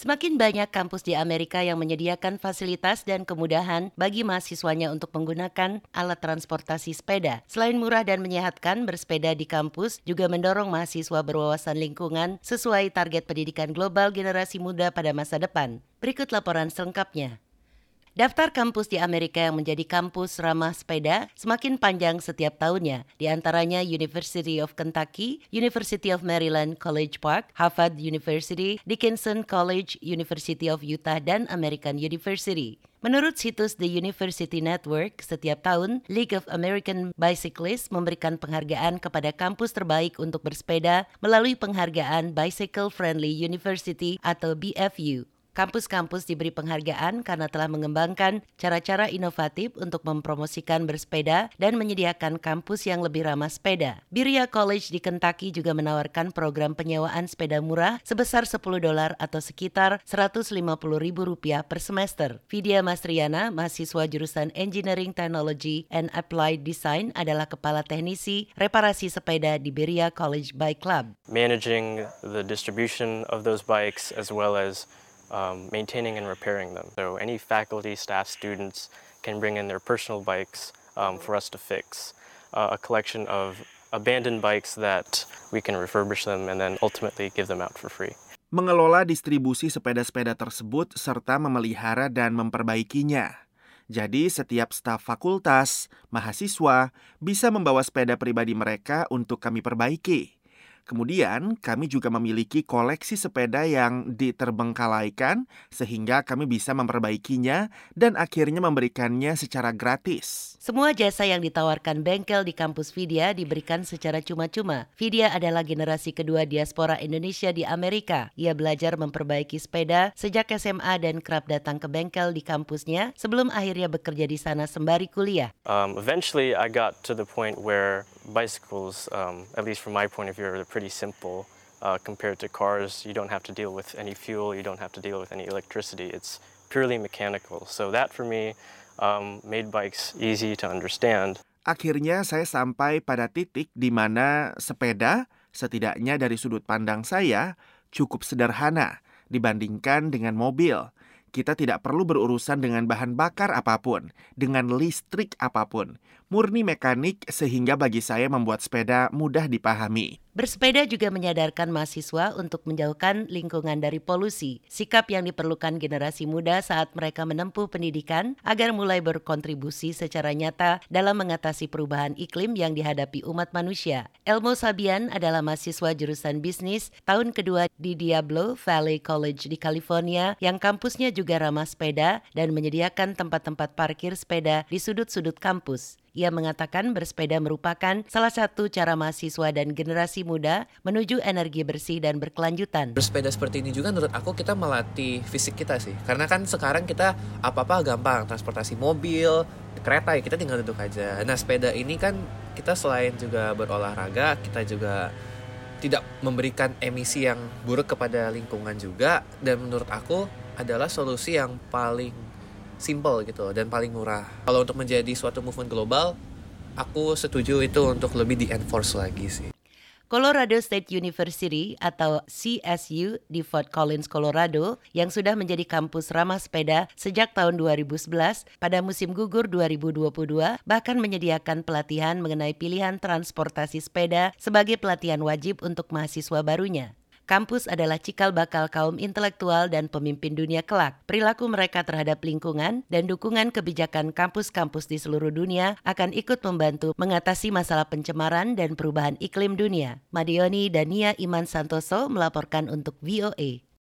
Semakin banyak kampus di Amerika yang menyediakan fasilitas dan kemudahan bagi mahasiswanya untuk menggunakan alat transportasi sepeda. Selain murah dan menyehatkan, bersepeda di kampus juga mendorong mahasiswa berwawasan lingkungan sesuai target pendidikan global generasi muda pada masa depan. Berikut laporan selengkapnya. Daftar kampus di Amerika yang menjadi kampus ramah sepeda semakin panjang setiap tahunnya. Di antaranya University of Kentucky, University of Maryland College Park, Harvard University, Dickinson College, University of Utah, dan American University. Menurut situs The University Network, setiap tahun League of American Bicyclists memberikan penghargaan kepada kampus terbaik untuk bersepeda melalui penghargaan Bicycle Friendly University atau BFU. Kampus-kampus diberi penghargaan karena telah mengembangkan cara-cara inovatif untuk mempromosikan bersepeda dan menyediakan kampus yang lebih ramah sepeda. Berea College di Kentucky juga menawarkan program penyewaan sepeda murah sebesar $10 atau sekitar Rp150.000 per semester. Vidya Mastriana, mahasiswa jurusan Engineering Technology and Applied Design, adalah kepala teknisi reparasi sepeda di Berea College Bike Club. Managing the distribution of those bikes as well as maintaining and repairing them. So any faculty, staff, students can bring in their personal bikes for us to fix. A collection of abandoned bikes that we can refurbish them and then ultimately give them out for free. Mengelola distribusi sepeda-sepeda tersebut serta memelihara dan memperbaikinya. Jadi setiap staf fakultas, mahasiswa bisa membawa sepeda pribadi mereka untuk kami perbaiki. Kemudian, kami juga memiliki koleksi sepeda yang diterbengkalaikan sehingga kami bisa memperbaikinya dan akhirnya memberikannya secara gratis. Semua jasa yang ditawarkan bengkel di kampus Vidya diberikan secara cuma-cuma. Vidya adalah generasi kedua diaspora Indonesia di Amerika. Ia belajar memperbaiki sepeda sejak SMA dan kerap datang ke bengkel di kampusnya sebelum akhirnya bekerja di sana sembari kuliah. Eventually, I got to the point where bicycles, at least from my point of view, are pretty simple compared to cars. You don't have to deal with any fuel, you don't have to deal with any electricity. It's purely mechanical. So that for me made bikes easy to understand. Akhirnya saya sampai pada titik di mana sepeda, setidaknya dari sudut pandang saya, cukup sederhana dibandingkan dengan mobil. Kita tidak perlu berurusan dengan bahan bakar apapun, dengan listrik apapun. Murni mekanik sehingga bagi saya membuat sepeda mudah dipahami. Bersepeda juga menyadarkan mahasiswa untuk menjauhkan lingkungan dari polusi, sikap yang diperlukan generasi muda saat mereka menempuh pendidikan agar mulai berkontribusi secara nyata dalam mengatasi perubahan iklim yang dihadapi umat manusia. Elmo Sabian adalah mahasiswa jurusan bisnis tahun kedua di Diablo Valley College di California yang kampusnya juga ramah sepeda dan menyediakan tempat-tempat parkir sepeda di sudut-sudut kampus. Ia mengatakan bersepeda merupakan salah satu cara mahasiswa dan generasi muda menuju energi bersih dan berkelanjutan. Bersepeda seperti ini juga menurut aku kita melatih fisik kita sih. Karena kan sekarang kita apa-apa gampang, transportasi mobil, kereta ya kita tinggal duduk aja. Nah sepeda ini kan kita selain juga berolahraga, kita juga tidak memberikan emisi yang buruk kepada lingkungan juga. Dan menurut aku adalah solusi yang paling simple gitu dan paling murah. Kalau untuk menjadi suatu movement global, aku setuju itu untuk lebih di-enforce lagi sih. Colorado State University atau CSU di Fort Collins, Colorado yang sudah menjadi kampus ramah sepeda sejak tahun 2011 pada musim gugur 2022 bahkan menyediakan pelatihan mengenai pilihan transportasi sepeda sebagai pelatihan wajib untuk mahasiswa barunya. Kampus adalah cikal bakal kaum intelektual dan pemimpin dunia kelak. Perilaku mereka terhadap lingkungan dan dukungan kebijakan kampus-kampus di seluruh dunia akan ikut membantu mengatasi masalah pencemaran dan perubahan iklim dunia. Madioni dan Nia Iman Santoso melaporkan untuk VOA.